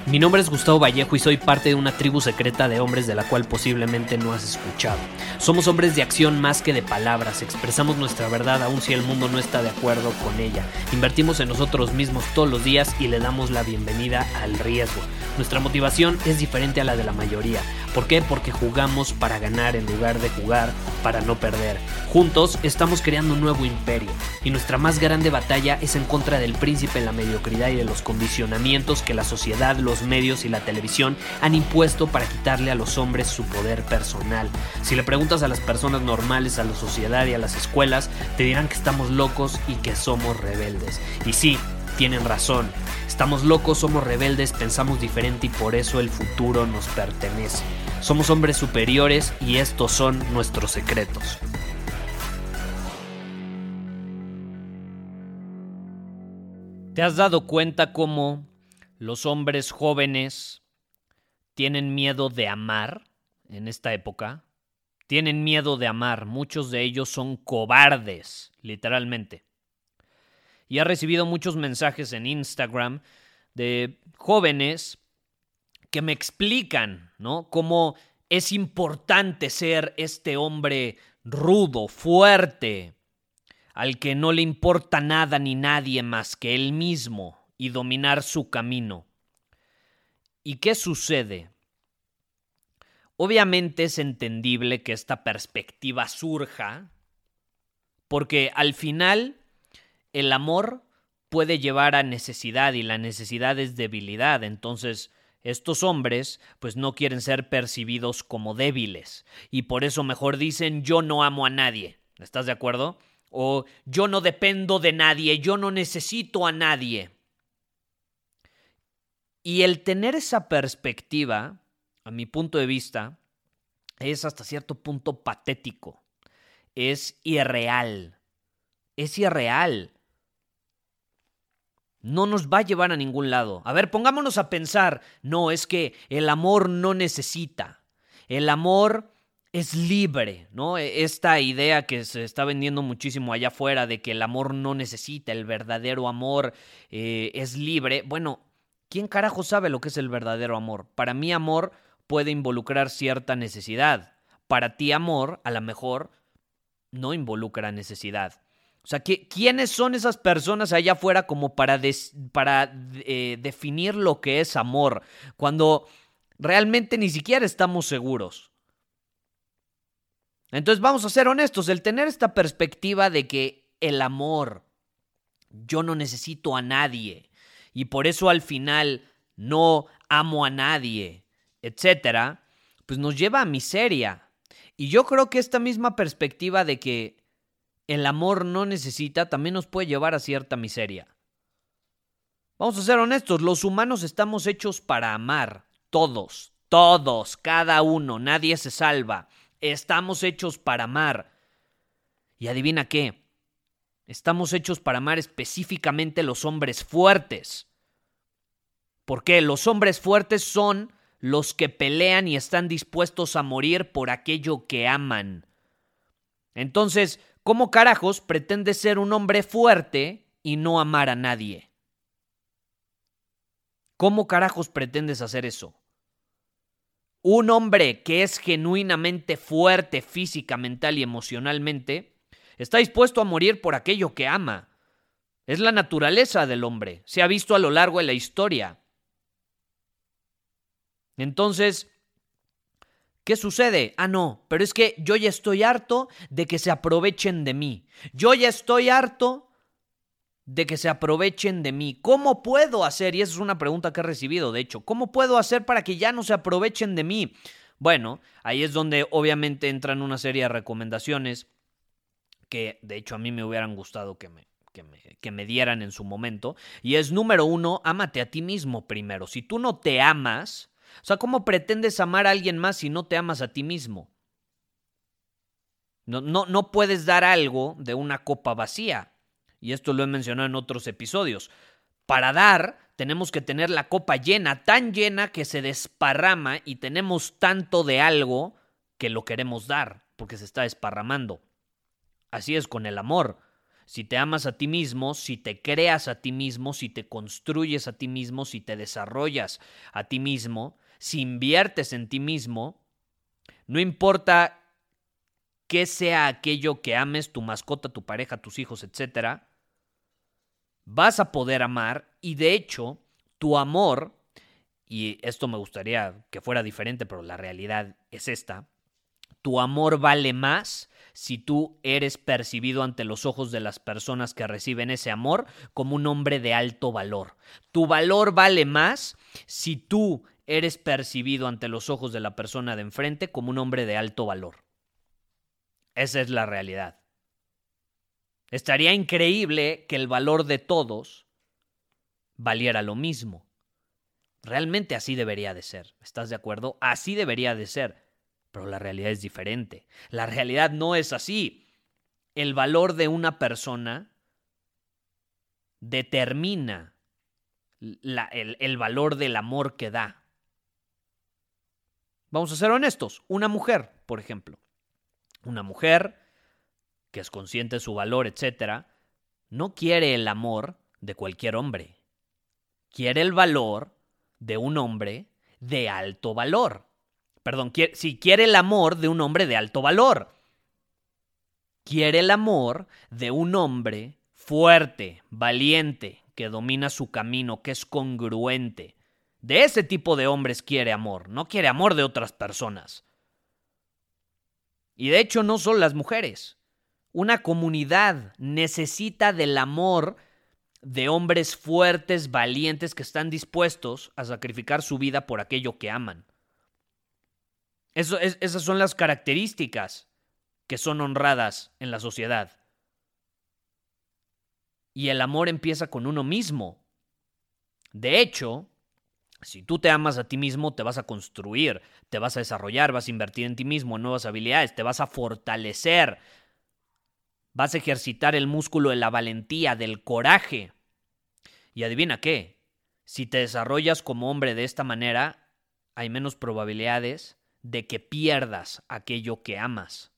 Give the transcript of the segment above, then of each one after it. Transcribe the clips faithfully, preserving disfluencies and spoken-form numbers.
Mi nombre es Gustavo Vallejo y soy parte de una tribu secreta de hombres de la cual posiblemente no has escuchado. Somos hombres de acción más que de palabras, expresamos nuestra verdad aun si el mundo no está de acuerdo con ella. Invertimos en nosotros mismos todos los días y le damos la bienvenida al riesgo. Nuestra motivación es diferente a la de la mayoría. ¿Por qué? Porque jugamos para ganar en lugar de jugar para no perder. Juntos estamos creando un nuevo imperio y nuestra más grande batalla es en contra del príncipe, la mediocridad y de los condicionamientos que la sociedad, los medios y la televisión han impuesto para quitarle a los hombres su poder personal. Si le preguntas a las personas normales, a la sociedad y a las escuelas, te dirán que estamos locos y que somos rebeldes. Y sí, tienen razón. Estamos locos, somos rebeldes, pensamos diferente y por eso el futuro nos pertenece. Somos hombres superiores y estos son nuestros secretos. ¿Te has dado cuenta cómo los hombres jóvenes tienen miedo de amar en esta época? Tienen miedo de amar. Muchos de ellos son cobardes, literalmente. Y he recibido muchos mensajes en Instagram de jóvenes que me explican, ¿no?, cómo es importante ser este hombre rudo, fuerte, al que no le importa nada ni nadie más que él mismo y dominar su camino. ¿Y qué sucede? Obviamente es entendible que esta perspectiva surja porque al final el amor puede llevar a necesidad y la necesidad es debilidad. Entonces estos hombres pues no quieren ser percibidos como débiles y por eso mejor dicen yo no amo a nadie. ¿Estás de acuerdo? O yo no dependo de nadie, yo no necesito a nadie. Y el tener esa perspectiva, a mi punto de vista, es hasta cierto punto patético. Es irreal. Es irreal. No nos va a llevar a ningún lado. A ver, pongámonos a pensar. No, es que el amor no necesita. El amor es libre, ¿no? Esta idea que se está vendiendo muchísimo allá afuera de que el amor no necesita, el verdadero amor eh, es libre. Bueno, ¿quién carajo sabe lo que es el verdadero amor? Para mí, amor puede involucrar cierta necesidad. Para ti, amor, a lo mejor no involucra necesidad. O sea, ¿quiénes son esas personas allá afuera como para, des, para eh, definir lo que es amor? Cuando realmente ni siquiera estamos seguros. Entonces vamos a ser honestos, el tener esta perspectiva de que el amor, yo no necesito a nadie y por eso al final no amo a nadie, etcétera, pues nos lleva a miseria. Y yo creo que esta misma perspectiva de que el amor no necesita también nos puede llevar a cierta miseria. Vamos a ser honestos, los humanos estamos hechos para amar, todos, todos, cada uno, nadie se salva. Estamos hechos para amar. Y adivina qué, estamos hechos para amar específicamente los hombres fuertes. ¿Por qué? Los hombres fuertes son los que pelean y están dispuestos a morir por aquello que aman. Entonces, ¿cómo carajos pretendes ser un hombre fuerte y no amar a nadie? ¿Cómo carajos pretendes hacer eso? Un hombre que es genuinamente fuerte física, mental y emocionalmente está dispuesto a morir por aquello que ama. Es la naturaleza del hombre. Se ha visto a lo largo de la historia. Entonces, ¿qué sucede? Ah, no, pero es que yo ya estoy harto de que se aprovechen de mí. Yo ya estoy harto de que se aprovechen de mí. ¿Cómo puedo hacer? Y esa es una pregunta que he recibido, de hecho. ¿Cómo puedo hacer para que ya no se aprovechen de mí? Bueno, ahí es donde obviamente entran una serie de recomendaciones que, de hecho, a mí me hubieran gustado que me, que me, que me dieran en su momento. Y es, número uno, ámate a ti mismo primero. Si tú no te amas, o sea, ¿cómo pretendes amar a alguien más si no te amas a ti mismo? No, no, no puedes dar algo de una copa vacía. Y esto lo he mencionado en otros episodios. Para dar, tenemos que tener la copa llena, tan llena que se desparrama y tenemos tanto de algo que lo queremos dar, porque se está desparramando. Así es con el amor. si te amas a ti mismo, si te creas a ti mismo, si te construyes a ti mismo, si te desarrollas a ti mismo, si inviertes en ti mismo, no importa qué sea aquello que ames, tu mascota, tu pareja, tus hijos, etcétera, vas a poder amar y de hecho tu amor, y esto me gustaría que fuera diferente, pero la realidad es esta, tu amor vale más si tú eres percibido ante los ojos de las personas que reciben ese amor como un hombre de alto valor. Tu valor vale más si tú eres percibido ante los ojos de la persona de enfrente como un hombre de alto valor. Esa es la realidad. Estaría increíble que el valor de todos valiera lo mismo. Realmente así debería de ser. ¿Estás de acuerdo? Así debería de ser. Pero la realidad es diferente. La realidad no es así. El valor de una persona determina la, el, el valor del amor que da. Vamos a ser honestos. Una mujer, por ejemplo. Una mujer que es consciente de su valor, etcétera, no quiere el amor de cualquier hombre. Quiere el valor de un hombre de alto valor. Perdón, quiere, sí, quiere el amor de un hombre de alto valor. Quiere el amor de un hombre fuerte, valiente, que domina su camino, que es congruente. De ese tipo de hombres quiere amor, no quiere amor de otras personas. Y de hecho no son las mujeres. Una comunidad necesita del amor de hombres fuertes, valientes, que están dispuestos a sacrificar su vida por aquello que aman. Eso, es, esas son las características que son honradas en la sociedad. Y el amor empieza con uno mismo. De hecho, si tú te amas a ti mismo, te vas a construir, te vas a desarrollar, vas a invertir en ti mismo, en nuevas habilidades, te vas a fortalecer, vas a ejercitar el músculo de la valentía, del coraje. Y adivina qué, si te desarrollas como hombre de esta manera, hay menos probabilidades de que pierdas aquello que amas.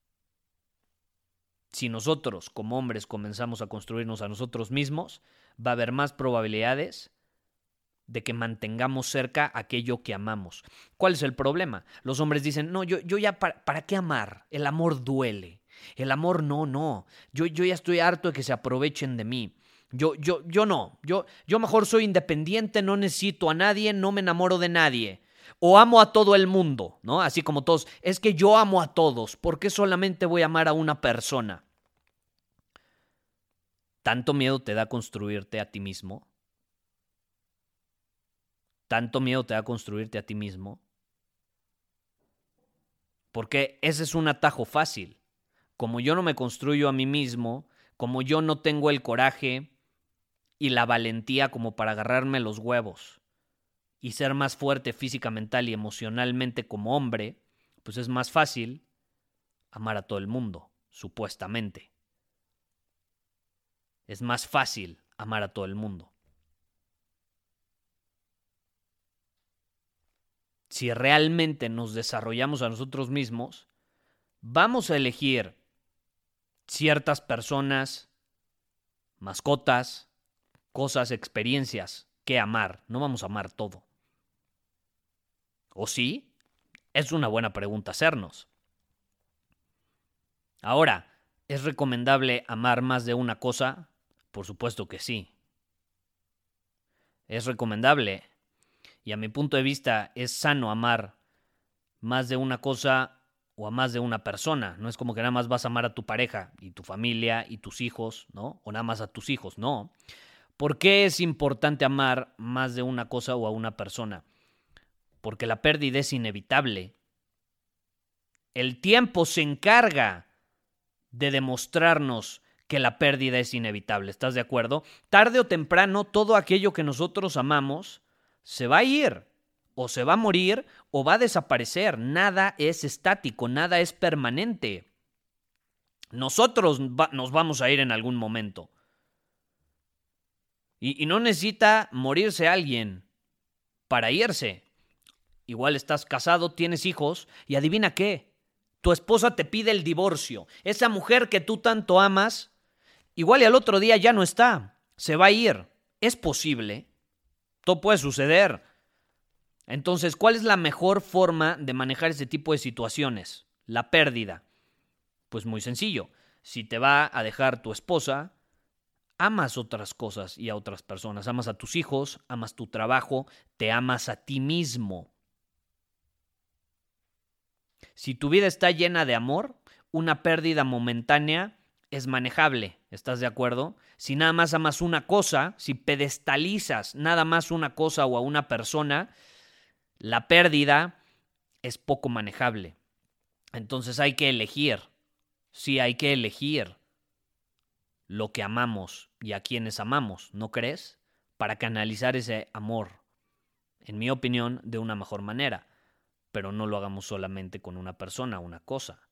Si nosotros como hombres comenzamos a construirnos a nosotros mismos, va a haber más probabilidades de que mantengamos cerca aquello que amamos. ¿Cuál es el problema? Los hombres dicen, no, yo, yo ya, para, ¿para qué amar? El amor duele. El amor no, no. Yo, yo ya estoy harto de que se aprovechen de mí. Yo, yo, yo no. Yo, yo mejor soy independiente, no necesito a nadie, no me enamoro de nadie. O amo a todo el mundo, ¿no? Así como todos. Es que yo amo a todos. ¿Por qué solamente voy a amar a una persona? ¿Tanto miedo te da construirte a ti mismo? ¿Tanto miedo te da construirte a ti mismo? Porque ese es un atajo fácil. Como yo no me construyo a mí mismo, como yo no tengo el coraje y la valentía como para agarrarme los huevos y ser más fuerte física, mental y emocionalmente como hombre, pues es más fácil amar a todo el mundo, supuestamente. Es más fácil amar a todo el mundo. Si realmente nos desarrollamos a nosotros mismos, vamos a elegir ciertas personas, mascotas, cosas, experiencias que amar. No vamos a amar todo. ¿O sí? Es una buena pregunta hacernos. Ahora, ¿es recomendable amar más de una cosa? Por supuesto que sí. Es recomendable. Y a mi punto de vista es sano amar más de una cosa o a más de una persona. No es como que nada más vas a amar a tu pareja y tu familia y tus hijos, ¿no? O nada más a tus hijos, no. ¿Por qué es importante amar más de una cosa o a una persona? Porque la pérdida es inevitable. El tiempo se encarga de demostrarnos que la pérdida es inevitable. ¿Estás de acuerdo? Tarde o temprano, todo aquello que nosotros amamos se va a ir, o se va a morir, o va a desaparecer. Nada es estático, nada es permanente. Nosotros va- nos vamos a ir en algún momento. Y, y no necesita morirse alguien para irse. Igual estás casado, tienes hijos, y adivina qué, tu esposa te pide el divorcio. Esa mujer que tú tanto amas, igual y al otro día ya no está, se va a ir. Es posible, todo puede suceder. Entonces, ¿cuál es la mejor forma de manejar ese tipo de situaciones? La pérdida. Pues muy sencillo, si te va a dejar tu esposa, amas otras cosas y a otras personas. Amas a tus hijos, amas tu trabajo, te amas a ti mismo. Si tu vida está llena de amor, una pérdida momentánea es manejable. ¿Estás de acuerdo? Si nada más amas una cosa, si pedestalizas nada más una cosa o a una persona, la pérdida es poco manejable. Entonces hay que elegir. Sí, hay que elegir lo que amamos y a quienes amamos, ¿no crees? Para canalizar ese amor, en mi opinión, de una mejor manera. Pero no lo hagamos solamente con una persona, una cosa.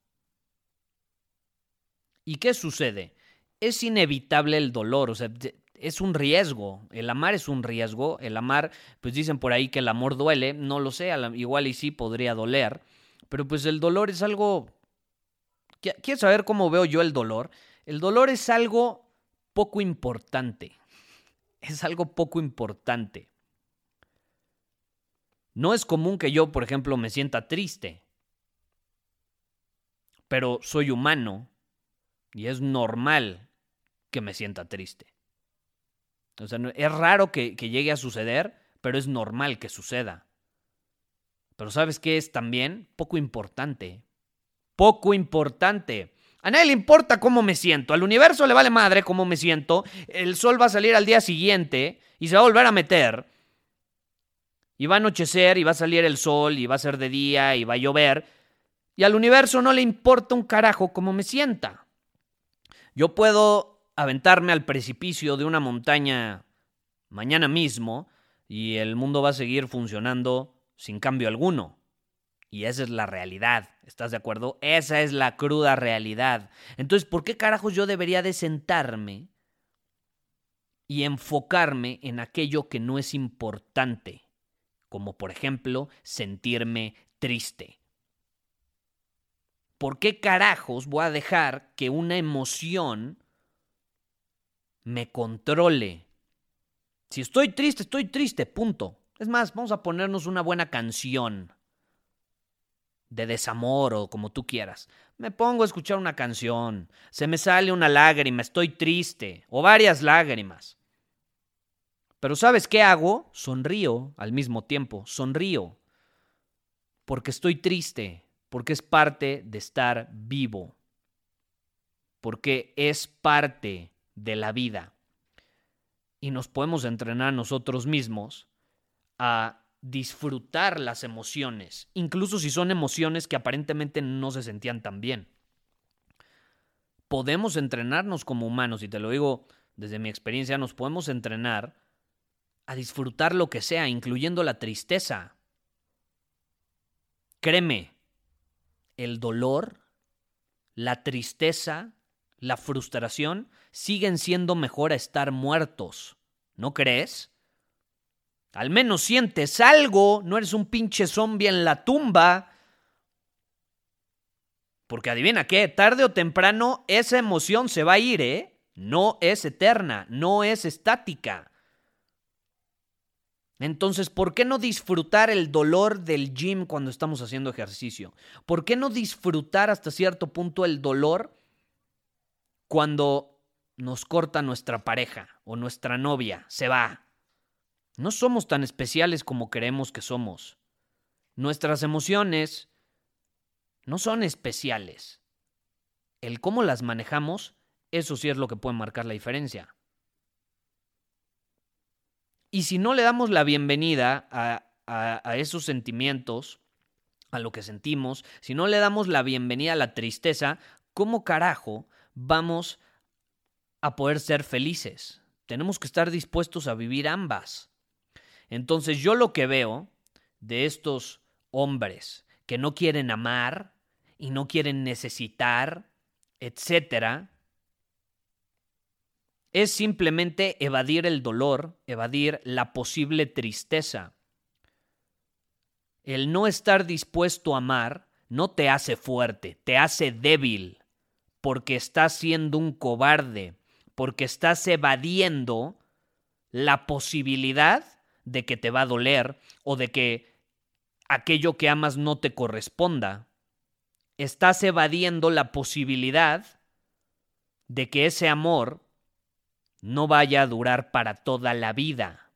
¿Y qué sucede? Es inevitable el dolor, o sea, es un riesgo. El amar es un riesgo. El amar, pues dicen por ahí que el amor duele. No lo sé, igual y sí podría doler. Pero pues el dolor es algo... ¿Quieres saber cómo veo yo el dolor? El dolor es algo poco importante. Es algo poco importante. No es común que yo, por ejemplo, me sienta triste. Pero soy humano y es normal que me sienta triste. O sea, es raro que, que llegue a suceder, pero es normal que suceda. Pero ¿sabes qué es también? Poco importante. Poco importante. A nadie le importa cómo me siento. Al universo le vale madre cómo me siento. El sol va a salir al día siguiente y se va a volver a meter. Y va a anochecer y va a salir el sol y va a ser de día y va a llover. Y al universo no le importa un carajo cómo me sienta. Yo puedo aventarme al precipicio de una montaña mañana mismo y el mundo va a seguir funcionando sin cambio alguno. Y esa es la realidad, ¿estás de acuerdo? Esa es la cruda realidad. Entonces, ¿por qué carajos yo debería de sentarme y enfocarme en aquello que no es importante? Como por ejemplo, sentirme triste. ¿Por qué carajos voy a dejar que una emoción me controle? Si estoy triste, estoy triste, punto. Es más, vamos a ponernos una buena canción de desamor o como tú quieras. Me pongo a escuchar una canción, se me sale una lágrima, estoy triste, o varias lágrimas. Pero ¿sabes qué hago? Sonrío al mismo tiempo, sonrío. Porque estoy triste, porque es parte de estar vivo. Porque es parte de la vida. Y nos podemos entrenar nosotros mismos a disfrutar las emociones, incluso si son emociones que aparentemente no se sentían tan bien. Podemos entrenarnos como humanos, y te lo digo desde mi experiencia, nos podemos entrenar a disfrutar lo que sea, incluyendo la tristeza. Créeme, el dolor, la tristeza, la frustración siguen siendo mejor a estar muertos, ¿no crees? Al menos sientes algo, no eres un pinche zombie en la tumba. Porque adivina qué, tarde o temprano esa emoción se va a ir, ¿eh? No es eterna, no es estática. Entonces, ¿por qué no disfrutar el dolor del gym cuando estamos haciendo ejercicio? ¿Por qué no disfrutar hasta cierto punto el dolor cuando nos corta nuestra pareja o nuestra novia? Se va. No somos tan especiales como creemos que somos. Nuestras emociones no son especiales. El cómo las manejamos, eso sí es lo que puede marcar la diferencia. Y si no le damos la bienvenida a, a, a esos sentimientos, a lo que sentimos, si no le damos la bienvenida a la tristeza, ¿cómo carajo vamos a poder ser felices? Tenemos que estar dispuestos a vivir ambas. Entonces yo lo que veo de estos hombres que no quieren amar y no quieren necesitar, etcétera, es simplemente evadir el dolor, evadir la posible tristeza. El no estar dispuesto a amar no te hace fuerte, te hace débil, porque estás siendo un cobarde, porque estás evadiendo la posibilidad de que te va a doler o de que aquello que amas no te corresponda. Estás evadiendo la posibilidad de que ese amor no vaya a durar para toda la vida.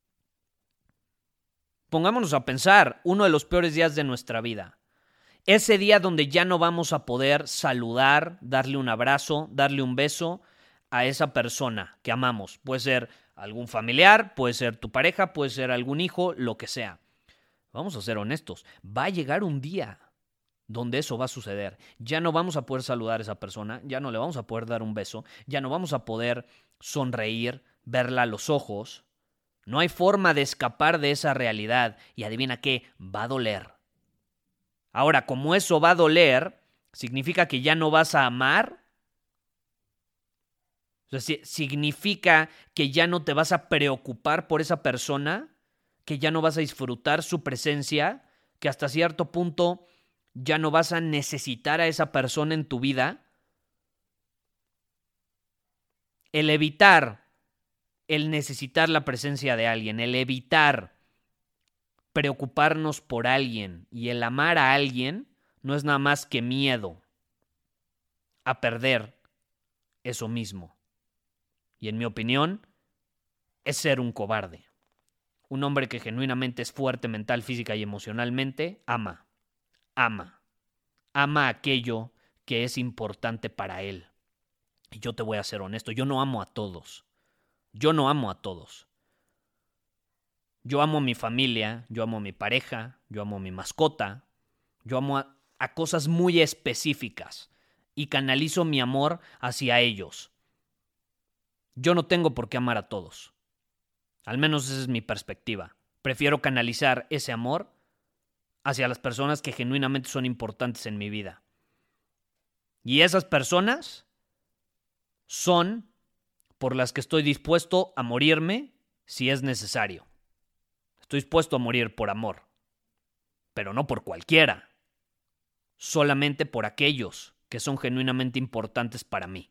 Pongámonos a pensar, uno de los peores días de nuestra vida. Ese día donde ya no vamos a poder saludar, darle un abrazo, darle un beso a esa persona que amamos. Puede ser algún familiar, puede ser tu pareja, puede ser algún hijo, lo que sea. Vamos a ser honestos, va a llegar un día donde eso va a suceder. Ya no vamos a poder saludar a esa persona, ya no le vamos a poder dar un beso, ya no vamos a poder sonreír, verla a los ojos. No hay forma de escapar de esa realidad. Y adivina qué, va a doler. Ahora, como eso va a doler, ¿significa que ya no vas a amar? O sea, ¿significa que ya no te vas a preocupar por esa persona? ¿Que ya no vas a disfrutar su presencia? ¿Que hasta cierto punto ya no vas a necesitar a esa persona en tu vida? El evitar, el necesitar la presencia de alguien, el evitar preocuparnos por alguien y el amar a alguien no es nada más que miedo a perder eso mismo. Y en mi opinión, es ser un cobarde. Un hombre que genuinamente es fuerte mental, física y emocionalmente, ama, ama, ama aquello que es importante para él. Y yo te voy a ser honesto, yo no amo a todos. Yo no amo a todos. Yo amo a mi familia, yo amo a mi pareja, yo amo a mi mascota, yo amo a, a cosas muy específicas y canalizo mi amor hacia ellos. Yo no tengo por qué amar a todos. Al menos esa es mi perspectiva. Prefiero canalizar ese amor hacia las personas que genuinamente son importantes en mi vida. Y esas personas son por las que estoy dispuesto a morirme si es necesario. Estoy dispuesto a morir por amor, pero no por cualquiera, solamente por aquellos que son genuinamente importantes para mí.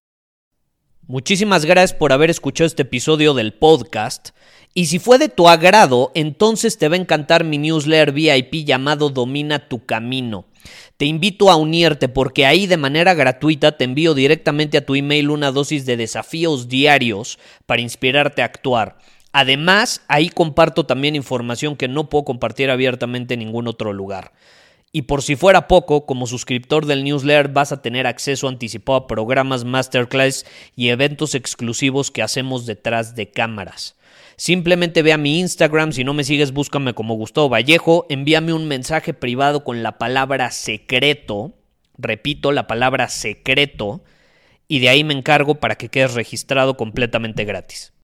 Muchísimas gracias por haber escuchado este episodio del podcast. Y si fue de tu agrado, entonces te va a encantar mi newsletter V I P llamado Domina tu Camino. Te invito a unirte porque ahí de manera gratuita te envío directamente a tu email una dosis de desafíos diarios para inspirarte a actuar. Además, ahí comparto también información que no puedo compartir abiertamente en ningún otro lugar. Y por si fuera poco, como suscriptor del newsletter vas a tener acceso anticipado a programas, masterclass y eventos exclusivos que hacemos detrás de cámaras. Simplemente ve a mi Instagram, si no me sigues búscame como Gustavo Vallejo, envíame un mensaje privado con la palabra secreto, repito, la palabra secreto, y de ahí me encargo para que quedes registrado completamente gratis.